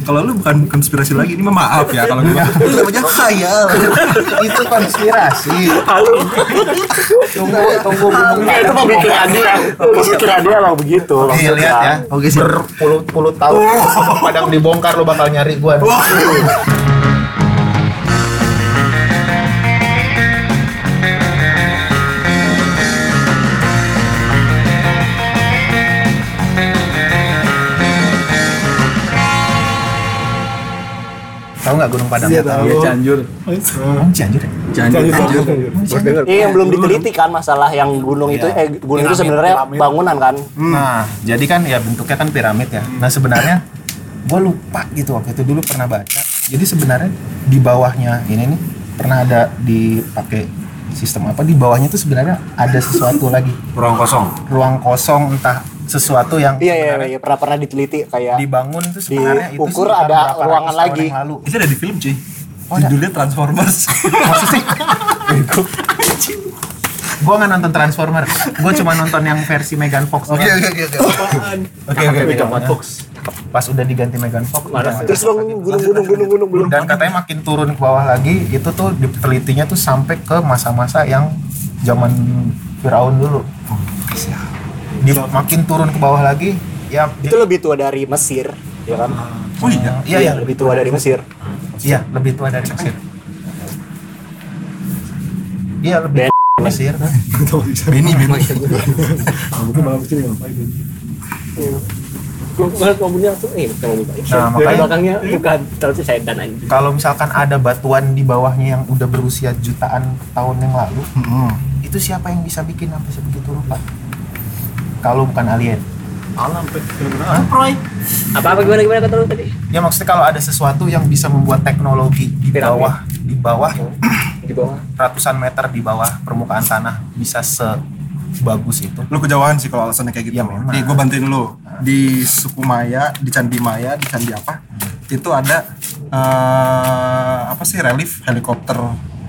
Kalau lu bukan konspirasi lagi, ini mah maaf ya kalau gua. Itu namanya khayal. Itu konspirasi. Halo. Tunggu Itu pemikiran dia. Pemikiran dia emang begitu. Oke, lihat ya. Oke, berpuluh-puluh tahun padang dibongkar lu bakal nyari gua. Tahu nggak Gunung Padang? Iya, Cianjur. Cianjur ya? Cianjur. Yang belum diteliti kan masalah yang gunung itu gunung itu sebenarnya bangunan kan. Nah, jadi kan ya bentuknya kan piramid ya. Nah, sebenarnya gue lupa gitu waktu itu dulu pernah baca. Jadi sebenarnya di bawahnya ini nih pernah ada dipakai sistem apa, di bawahnya itu sebenarnya ada sesuatu lagi. Ruang kosong entah sesuatu yang Iya pernah diteliti kayak dibangun itu sebenarnya itu diukur sekitar ada berapa ruangan ratus tahun lagi. yang lalu. Itu ada di film cuy. Oh, ada. Judulnya Transformers. Maksudnya gue nggak nonton Transformer, gue cuma nonton yang versi Megan Fox. Oke. Megan Fox. Pas udah diganti Megan Fox. Terus gunung belum. Dan katanya makin turun ke bawah lagi itu tuh ditelitinya tuh sampai ke masa-masa yang zaman Firaun dulu. Makin turun ke bawah lagi ya Itu lebih tua dari Mesir, ya kan? Oh iya. Iya, Lebih tua dari Mesir. Iya, lebih tua dari Mesir. Iya, lebih tua dari Mesir. Beni. Nah, makanya belakangnya bukan terus saya dan anjing. kalau misalkan ada batuan di bawahnya yang udah berusia jutaan tahun yang lalu, itu siapa yang bisa bikin sampai sebegitu rupa? Kalau bukan alien. Apa gimana kata lu tadi? Ya maksudnya kalau ada sesuatu yang bisa membuat teknologi di bawah di bawah ratusan meter di bawah permukaan tanah bisa sebagus itu. Lu kejauhan sih kalau alasannya kayak gitu. Ya, memang. Nih, gue bantuin lu. Di suku Maya, di Candi Maya, di Candi apa? Itu ada apa sih, relief helikopter.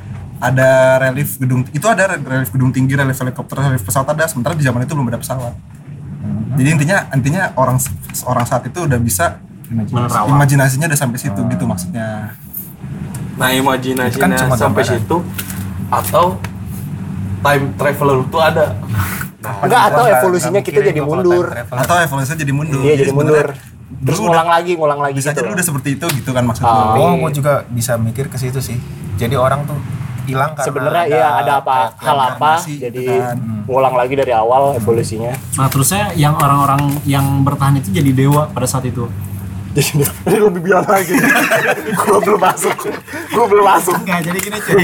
Ada relief gedung, itu ada relief gedung tinggi, relief helikopter, relief pesawat ada. Sementara di zaman itu belum ada pesawat. Jadi intinya orang saat itu udah bisa imajinasinya udah sampai situ gitu maksudnya. Nah, imajinasinya Itu kan cuma sampai gambaran. situ atau time traveler itu ada. Enggak, atau evolusinya kita jadi mundur. Atau evolusinya jadi mundur. Iya, jadi mundur. Terus Dulu ngulang lagi bisa gitu. aja lu udah seperti itu gitu kan maksudnya. Oh, gue juga bisa mikir ke situ sih. Jadi orang tuh hilang karena Sebenarnya ada apa hal apa reinkarnasi jadi gitu kan. ngulang lagi dari awal evolusinya. Nah terusnya yang orang-orang yang bertahan itu jadi dewa pada saat itu. Jadi lebih biar lagi. Gua belum masuk. Enggak, jadi gini cuy.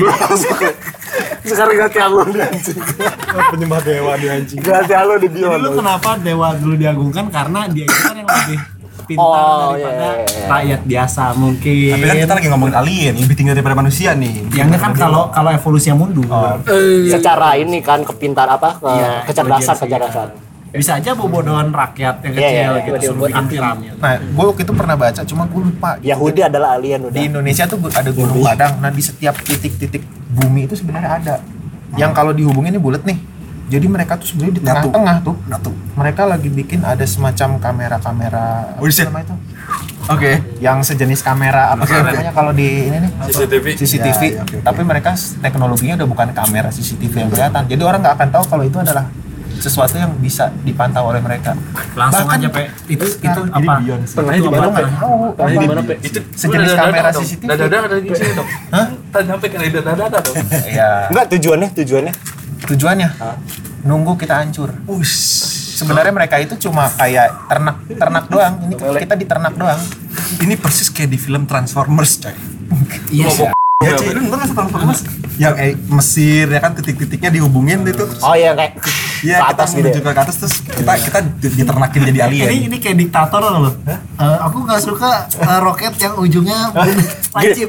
Sekarang ganti lu nih anjing. Penyembah dewa nih anjing. Ganti lu di Jadi lu kenapa dewa dulu diagungkan? Karena dia itu kan yang lebih pintar Oh, daripada iya. rakyat biasa mungkin. Tapi kan kita lagi ngomongin alien, lebih tinggi daripada manusia nih. Yang kan kalau evolusinya mundur. Secara ini kan kepintar apa? Iya, Kecerdasan. Bisa aja bobodohan rakyat yang Iya, kecil iya, gitu iya. suruh bikin piramid. Nah, gue waktu itu pernah baca, cuma gue lupa. Yahudi adalah alien udah. Di Indonesia tuh ada Gunung Padang. Nah, di setiap titik-titik bumi itu sebenarnya ada. Yang kalau dihubungin ini bulat nih. Jadi mereka tuh sebenarnya di tengah-tengah tuh. Mereka lagi bikin ada semacam kamera-kamera apa Bullshit. namanya itu? Oke. Yang sejenis kamera apa sih namanya kalau di ini nih? CCTV. Ya, oke. Tapi mereka teknologinya udah bukan kamera CCTV yang kelihatan. Jadi orang nggak akan tahu kalau itu adalah sesuatu yang bisa dipantau oleh mereka. Langsung Bahkan aja Pe. Itu sekarang apa? Tengahnya di Itu mana, orang Pe? nggak tahu. Tengahnya di mana, Pe? Itu Sejenis kamera CCTV. Dada ada di sini dong. Hah? Tadi sampai kan ada dong. Ya. Enggak tujuannya. Tujuannya nunggu kita hancur. Sebenarnya mereka itu cuma kayak ternak doang. Ini kita diternak doang. Ini persis kayak di film Transformers, coy. Iya sih. Ya, cuy, lu nonton Transformers? Yang Mesir ya kan titik-titiknya dihubungin itu. Oh iya kayak Iya, ke kita atas gitu. menuju ke atas terus kita diternakin jadi alien. Ini kayak diktator loh. Aku nggak suka roket yang ujungnya lancip.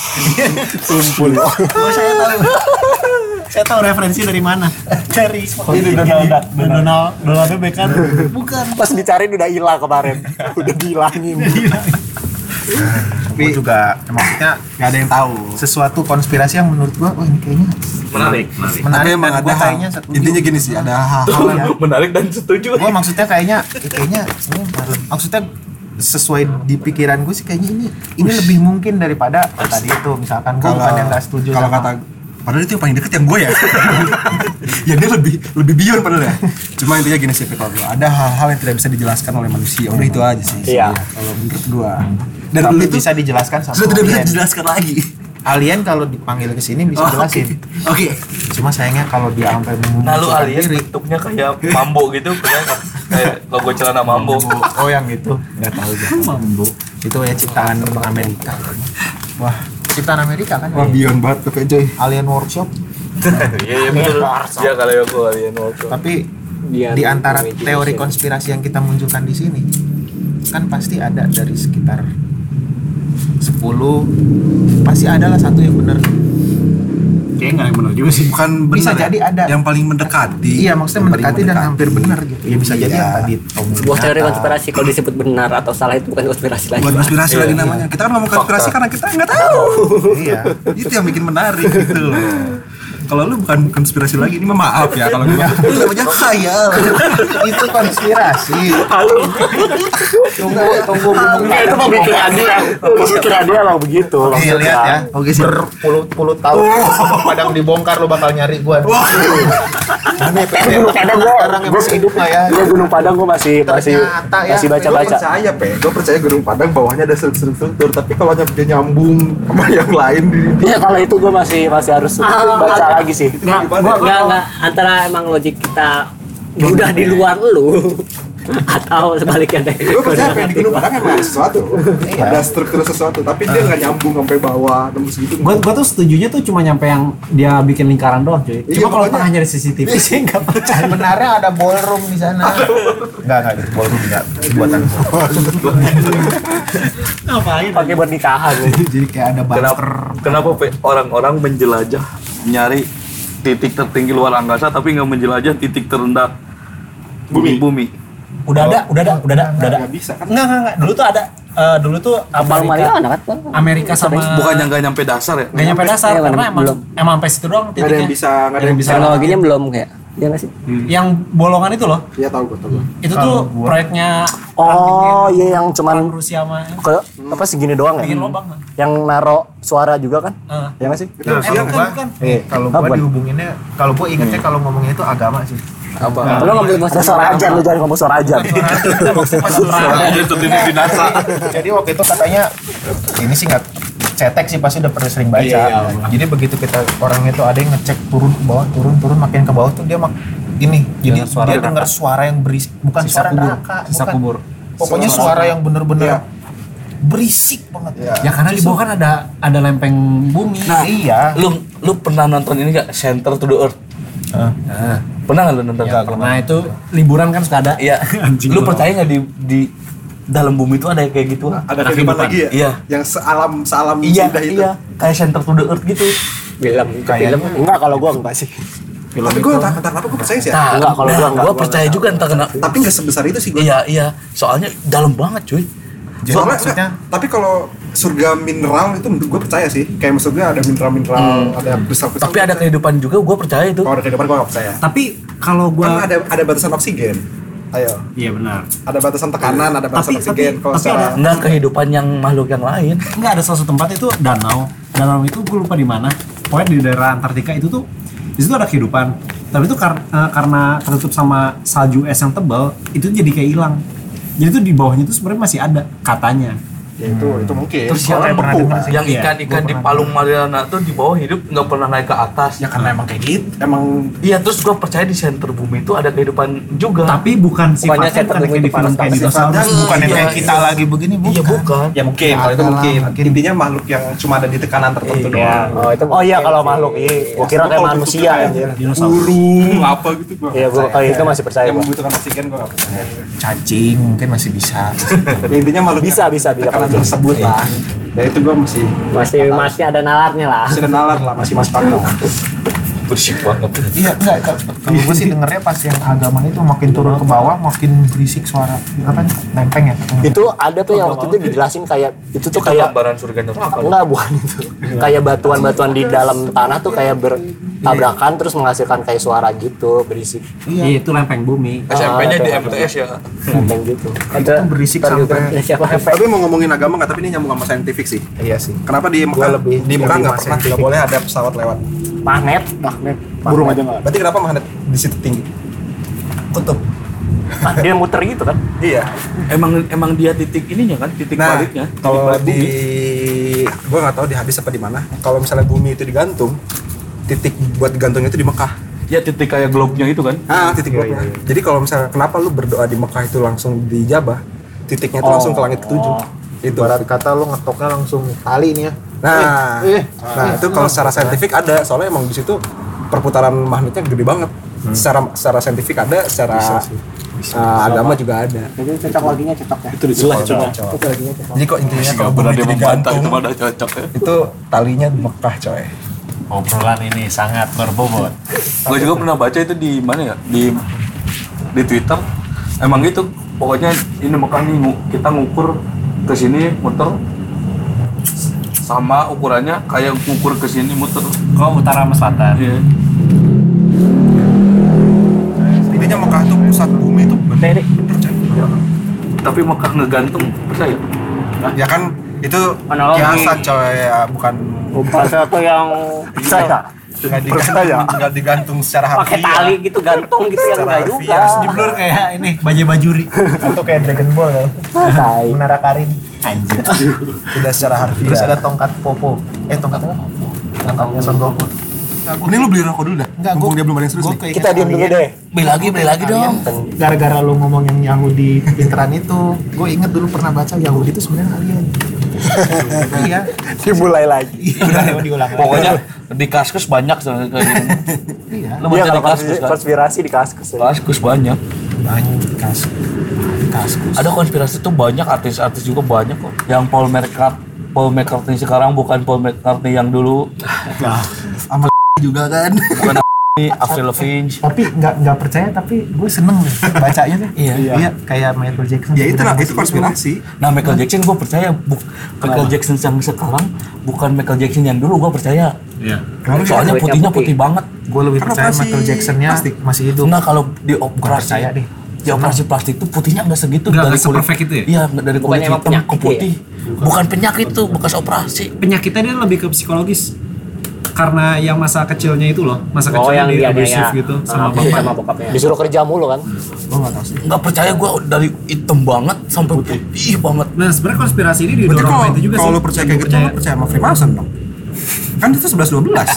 Tumpul. Oh saya tahu referensi dari mana? Dari Ini Donald Bebek kan? Bukan. Pas dicari udah hilang kemarin. Udah dihilangin. Tapi juga maksudnya Nggak ada yang tahu. sesuatu konspirasi yang menurut gua, ini kayaknya Menarik. Tapi emang dan ada gua hal. kayaknya setuju. Intinya gini sih, ada hal-hal yang Menarik dan setuju. Gua maksudnya kayaknya ini maksudnya sesuai di pikiran gue sih kayaknya ini lebih mungkin daripada tadi itu misalkan gue bukan yang nggak setuju kalau sama kata padahal itu yang paling deket yang gue ya. Ya dia lebih beyond padahal ya. Cuma intinya gini sih kalau gue ada hal-hal yang tidak bisa dijelaskan oleh manusia. Udah itu aja sih. Iya. Kalau menurut gue. Dan tapi itu bisa dijelaskan sama sudah tidak bisa alien. dijelaskan lagi. Alien kalau dipanggil ke sini bisa jelasin. Oke. Cuma sayangnya kalau dia sampai Nah lu memunculkan alien diri. bentuknya kayak Mambo gitu, pernah nggak? Kayak logo celana Mambo. Oh yang itu nggak tahu gue. Mambo. Itu ya ciptaan Amerika. Wah ciptaan Amerika kan? Wah beyond banget tuh kayak Joy. Alien Workshop. Iya betul. Ya kalau aku alien waktu. Tapi Dia di antara imagination. teori konspirasi yang kita munculkan di sini kan pasti ada dari sekitar 10 pasti ada lah satu yang benar. Kayaknya nggak yang benar juga sih. Bukan Bisa benar. jadi ada. Yang paling mendekati. Iya maksudnya Yang paling mendekati dan hampir benar gitu. Ya bisa jadi Iya. yang tadi Sebuah teori konspirasi kalau disebut benar atau salah itu bukan konspirasi lagi. Bukan konspirasi lagi namanya. Kita kan ngomong konspirasi karena kita nggak tahu. Iya. Itu yang bikin menarik gitu loh. Kalau lu bukan konspirasi lagi, ini mah maaf ya kalau gue. Itu namanya khayal. Itu konspirasi. Tunggu Itu pemikiran dia. Pemikiran dia emang begitu. Iya lihat ya. Oke sih. Berpuluh-puluh tahun Padang dibongkar lu bakal nyari gua. Mana ya Gunung Padang gua- sekarang yang masih hidup nggak ya? Iya Gunung Padang gue masih Ternyata ya. baca-baca. Gue percaya Gunung Padang bawahnya ada struktur, tapi kalau dia nyambung sama yang lain di Iya kalau itu gue masih harus baca lagi sih. Nggak antara emang logik kita udah di luar lu atau sebaliknya deh. gue percaya apa yang di Gunung Padang emang ada sesuatu, ada struktur sesuatu, tapi dia nggak nyambung sampai bawah tembus gitu. Gua tuh setujunya tuh cuma nyampe yang dia bikin lingkaran doang cuy. Iya, Cuma kalau makanya. tengahnya ada CCTV sih nggak percaya. Sebenarnya ada ballroom di sana. Enggak gitu. Ballroom enggak. Buatan gua. Ngapain? Pakai buat nikahan. Jadi kayak ada bunker. Kenapa Pe? Orang-orang menjelajah nyari titik tertinggi luar angkasa tapi nggak menjelajah titik terendah bumi. Udah ada. Nggak bisa kan? Enggak. Dulu tuh ada. Dulu tuh Kapal Maria anak kan? Amerika sama Bukannya nggak nyampe dasar ya? nggak nyampe dasar Iya, karena belum. emang sampai situ doang Nggak ada yang titiknya. bisa, Nggak ada yang bisa. Teknologinya belum kayak. Iya nggak sih? Yang bolongan itu loh. Iya tahu gue. Itu tuh proyeknya Oh iya yang cuman Rusia sama kayak apa segini doang ya? bikin lubang. Yang naro suara juga kan? Heeh. Ya nggak sih? Bukan. Kalau Apa? gua dihubunginnya, kalau gua ingetnya kalau ngomongnya itu agama sih. Apa? Lu ngambil suara ajan, lu jangan ngomong suara ajan. Dia tertidur di NASA. Jadi waktu itu katanya ini sih nggak cetek sih pasti udah pernah sering baca. Jadi begitu kita orang itu ada yang ngecek turun ke bawah, turun makin ke bawah tuh dia ini. Jadi dia dengar suara yang berisik, bukan suara neraka, Sisa bukan. kubur. Pokoknya suara yang bener-bener berisik banget. Ya karena di bawah kan ada lempeng bumi. Nah, Iya. Lu pernah nonton ini gak? Center to the Earth? Pernah nggak lu nonton? Nah itu liburan kan suka ada. Iya. Lu percaya nggak di dalam bumi itu ada yang kayak gitu? Ada kehidupan lagi ya? Iya. Yang sealam Iya, sudah itu. iya. Kayak Center to the Earth gitu. Film. Enggak kalau gua enggak sih. Tapi gue entah kenapa gue percaya sih ya. Nah, Enggak, kalau gua enggak. gua percaya juga entah kenapa. Tapi nggak sebesar itu sih gue. Iya, iya. Soalnya dalam banget, cuy. Jadi Soalnya maksudnya tapi kalau surga mineral itu menurut gue percaya sih. Kayak maksudnya ada mineral-mineral, ada kristal-kristal. Tapi ada kehidupan juga, gua percaya itu. Kalau ada kehidupan gue nggak percaya. Tapi kalau Kan gua ada batasan oksigen. Ayo. iya benar. Ada batasan tekanan, ada batasan Tapi- oksigen. Kalau tapi secara Enggak kehidupan yang makhluk yang lain. Enggak ada salah satu tempat itu danau. Danau itu gue lupa di mana. Pokoknya di daerah Antartika itu tuh di situ ada kehidupan. Tapi itu karena tertutup sama salju es yang tebal, itu jadi kayak hilang. Jadi tuh di bawahnya itu sebenarnya masih ada katanya. ya itu mungkin. Terus siapa yang pernah dengar sih? Yang Iya, ikan-ikan di Palung Mariana tuh di bawah hidup nggak pernah naik ke atas. Ya karena emang kayak gitu. Emang Iya, terus gua percaya di center bumi itu ada kehidupan juga. Tapi bukan sifatnya center bukan kayak di film kayak dinosaurus. bukan yang Iya, kayak kita iya. lagi begini bukan. Iya, bukan. ya mungkin kalau itu mungkin. Intinya makhluk yang cuma ada di tekanan tertentu doang. Oh iya kalau makhluk iya. Gua kira kayak manusia anjir. Burung apa gitu gua. Iya gua kayak itu masih percaya Yang gua. membutuhkan oksigen gua nggak percaya. Cacing mungkin masih bisa. Ya, intinya makhluk Bisa, yang bisa, tekanan bisa. tersebut lah. Ya itu gua masih Masih ada nalarnya lah. ada nalar lah, masih masuk akal. Bersih banget. Iya, enggak. Kalau gue sih dengernya pas yang agama itu makin turun ke bawah makin berisik suara apa lempeng ya. Itu ada tuh yang waktu itu dijelasin kayak itu tuh kayak gambaran surga neraka. enggak bukan itu. Kayak batuan-batuan di dalam tanah tuh kayak bertabrakan terus menghasilkan kayak suara gitu, berisik. Iya, itu lempeng bumi. SMP-nya di MTS ya. Lempeng gitu. Itu berisik sampai Siapa? Tapi mau ngomongin agama nggak, tapi ini nyambung sama saintifik sih. iya sih. Kenapa di Mekah di Mekah nggak pernah nggak boleh ada pesawat lewat? Magnet. Burung aja nggak. Berarti kenapa magnet di situ tinggi? Kutub. Dia muter gitu kan. Iya. Emang dia titik ininya kan, titik Nah, baliknya. kalau titik balik di bumi. gua nggak tahu di hadis apa di mana. Kalau misalnya bumi itu digantung, titik buat digantungnya itu di Mekah. Ya titik kayak globe-nya itu kan. Titik bloknya. Jadi kalau misalnya kenapa lu berdoa di Mekah itu langsung dijabah, titiknya itu langsung ke langit ketujuh. Itu. Ibarat kata lu ngetoknya langsung tali nih ya. Nah, itu kalau secara saintifik ada, soalnya emang di situ perputaran magnetnya gede banget. Secara saintifik ada, secara agama juga ada. Jadi cocok loginya cocok ya. Itu jelas coba. Jadi kok intinya kalau Benar bumi dia itu membantah digantung, itu pada cocok ya. itu talinya di Mekah coy. Obrolan ini sangat berbobot. Gue juga pernah baca itu di mana ya? Di Twitter. Emang gitu. Pokoknya ini Mekah nih kita ngukur ke sini muter sama ukurannya kayak ngukur ke sini muter. Kau utara sama selatan. Iya. Intinya Mekah itu pusat bumi itu bener coy. Tapi Mekah ngegantung percaya. Ya kan itu Analogi. kiasan coy ya, bukan Sesuatu yang percaya. nggak digantung secara Pakai harfiah. tali gitu gantung gitu yang enggak juga. harfiah. Di blur kayak ini Bajaj Bajuri. Atau kayak Dragon Ball ya. Tai. Menara Karin. Anjir. Tidak secara harfiah. Terus ada tongkat Popo. Tongkat apa? Tongkatnya Son Goku. Ini lu beli rokok dulu dah. Enggak, Mumpung dia belum ada yang serius nih. Kita diam dulu deh. Beli lagi dong. Gara-gara lu ngomong yang Yahudi pinteran itu, gue inget dulu pernah baca Yahudi itu sebenarnya alien. Iya. Dimulai lagi. Udah diulang. Pokoknya di Kaskus banyak kayak gitu. Iya. Lu Dia baca di kalau Kaskus kan? konspirasi di kaskus. Kaskus banyak. Banyak kaskus. Ada konspirasi tuh banyak, artis-artis juga banyak kok. Yang Paul McCartney sekarang bukan Paul McCartney yang dulu. Sama juga kan. Bukan ini Avril Lavigne. Tapi nggak percaya, tapi gue seneng nih bacanya deh. Iya. Kayak Michael Jackson. Ya itu konspirasi. Nah Michael Jackson gue percaya, Michael Jackson yang sekarang bukan Michael Jackson yang dulu gue percaya. Iya. Soalnya putihnya putih banget. Gue lebih Karena percaya operasi Michael Jacksonnya plastik. masih hidup. Nah kalau di Gua operasi percaya deh. di operasi plastik tuh putihnya nggak segitu Nggak dari kulit se-perfect itu ya? Iya dari kulit Bukannya emang hitam ke penyakit putih. Bukan penyakit tuh, bekas operasi. Penyakitnya dia lebih ke psikologis. Karena yang masa kecilnya itu loh, masa Oh, kecilnya yang dia dia abusive gitu sama sama bapak. bokapnya. Disuruh kerja mulu kan. Nggak percaya gue dari hitam banget sampai putih banget. Nah sebenarnya konspirasi ini Berarti didorong sama itu juga kalau sih. lu percaya kayak gitu, lu percaya sama Freemason dong. Kan itu 11-12.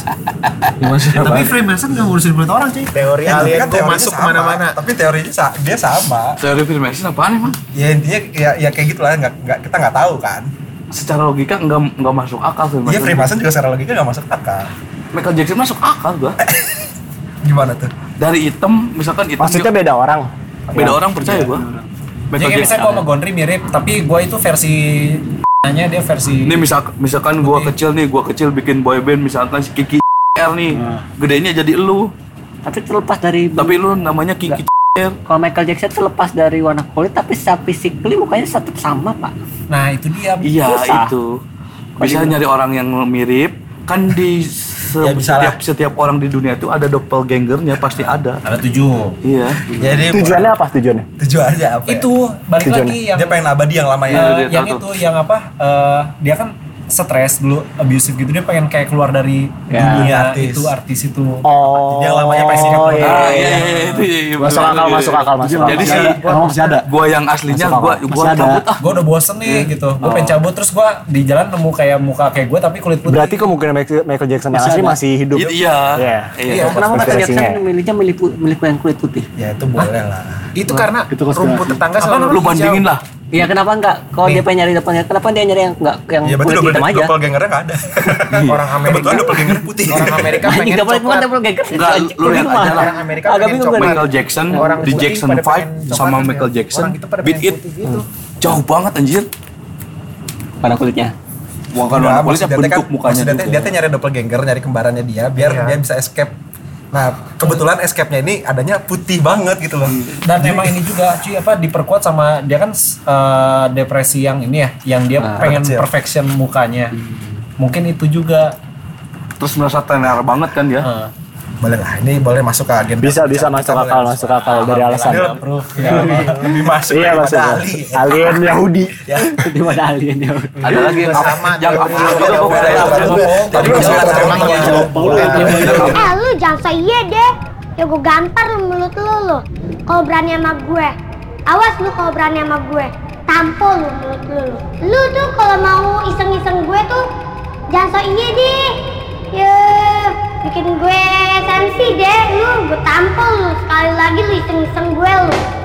Tapi Freemason nggak ngurusin kulit orang cuy. Teori Ya, tapi alien kan gue teorinya masuk sama. kemana-mana. Tapi teorinya dia sama. Teori Freemason apaan emang? Ya intinya ya kayak gitulah, kita nggak tahu kan. Secara logika nggak masuk akal Freemason. Iya, Freemason juga secara logika nggak masuk akal. Michael Jackson masuk akal gua. Gimana tuh? Dari hitam misalkan hitam Maksudnya beda orang. beda orang percaya gua. Jadi Michael kayak misalnya Jackson. gua sama Gondry mirip, tapi gua itu versi nya dia versi. Ini misalkan gua kecil bikin boyband misalkan si Kiki R nih. Gedenya jadi elu. Tapi terlepas dari Tapi lu namanya Kiki R. kalau Michael Jackson terlepas dari warna kulit tapi secara physically mukanya tetap sama, Pak. Nah itu dia. Iya Susah. itu. Bisa nyari orang yang mirip kan di Ya, bisa lah. setiap orang di dunia itu ada doppelgangernya pasti ada. Ada 7. Iya. Jadi Tujuannya apa tujuannya? tujuannya apa? ya? Itu balik Tujuannya. lagi yang Dia pengen abadi yang lama ya. Dia yang tahu itu yang apa? Dia kan stres dulu abusive gitu, dia pengen kayak keluar dari Ya, dunia artis. itu artis itu. Oh. Dia lamanya pasti iya. Ah, iya itu iya, Masuk bener, akal, iya. masuk akal, masuk akal. Jadi sih Masih ada. gua yang aslinya gua cabut ah. Gue udah bosen nih gitu, gue pengen cabut, terus gue di jalan nemu kayak muka kayak gue tapi kulit putih. Berarti kemungkinan Michael Jackson yang asli masih hidup. Iya. Iya. Iya. Kenapa Michael Jackson konspirasinya. milihnya milih yang kulit putih? Ya itu boleh lah. Itu karena rumput tetangga Apa selalu lu bandingin lah. Iya, kenapa enggak? Kalau dia pengen nyari depannya, kenapa dia nyari yang enggak yang Ya berarti kulit hitam aja? doppelgangernya nggak ada. orang Amerika. Kebetulan doppelgangernya putih. Orang Amerika Anjing pengen enggak boleh bukan coklat. double ganger. Enggak, lu lihat aja lah. Orang Amerika Agak pengen bingung coklat. kan? Michael Jackson Orang di putih Jackson pada 5 pengen sama coklat Michael kan? Jackson Orang kita pada Beat pengen It putih gitu. jauh banget anjir. Warna kulitnya. Bukan Enggak, warna maksud kulitnya dia teh bentuk mukanya maksud dia teh juga. nyari doppelganger, nyari kembarannya dia biar dia bisa escape Nah, kebetulan escape-nya ini adanya putih banget gitu loh. Dan emang ini juga cuy diperkuat sama dia kan depresi yang ini ya, yang dia pengen kecil. perfection mukanya. Mungkin itu juga. Terus merasa tenar banget kan dia. Boleh lah, ini boleh masuk ke agenda. Bisa masuk akal dari alasan. Lebih masuk Iya daripada maksudnya. Ali. Alien Yahudi. Di mana alien ya? Ada lagi yang sama yang Tadi Lu jangan so iya deh. Ya gue gampar mulut lu. Kalau berani sama gue. Awas lu kalau berani sama gue. Tampol lu mulut lu. Lu tuh kalau mau iseng-iseng gue tuh jangan so iya deh. Ya bikin gue sensi deh. Lu gue tampol lu. Sekali lagi lu iseng-iseng gue lu.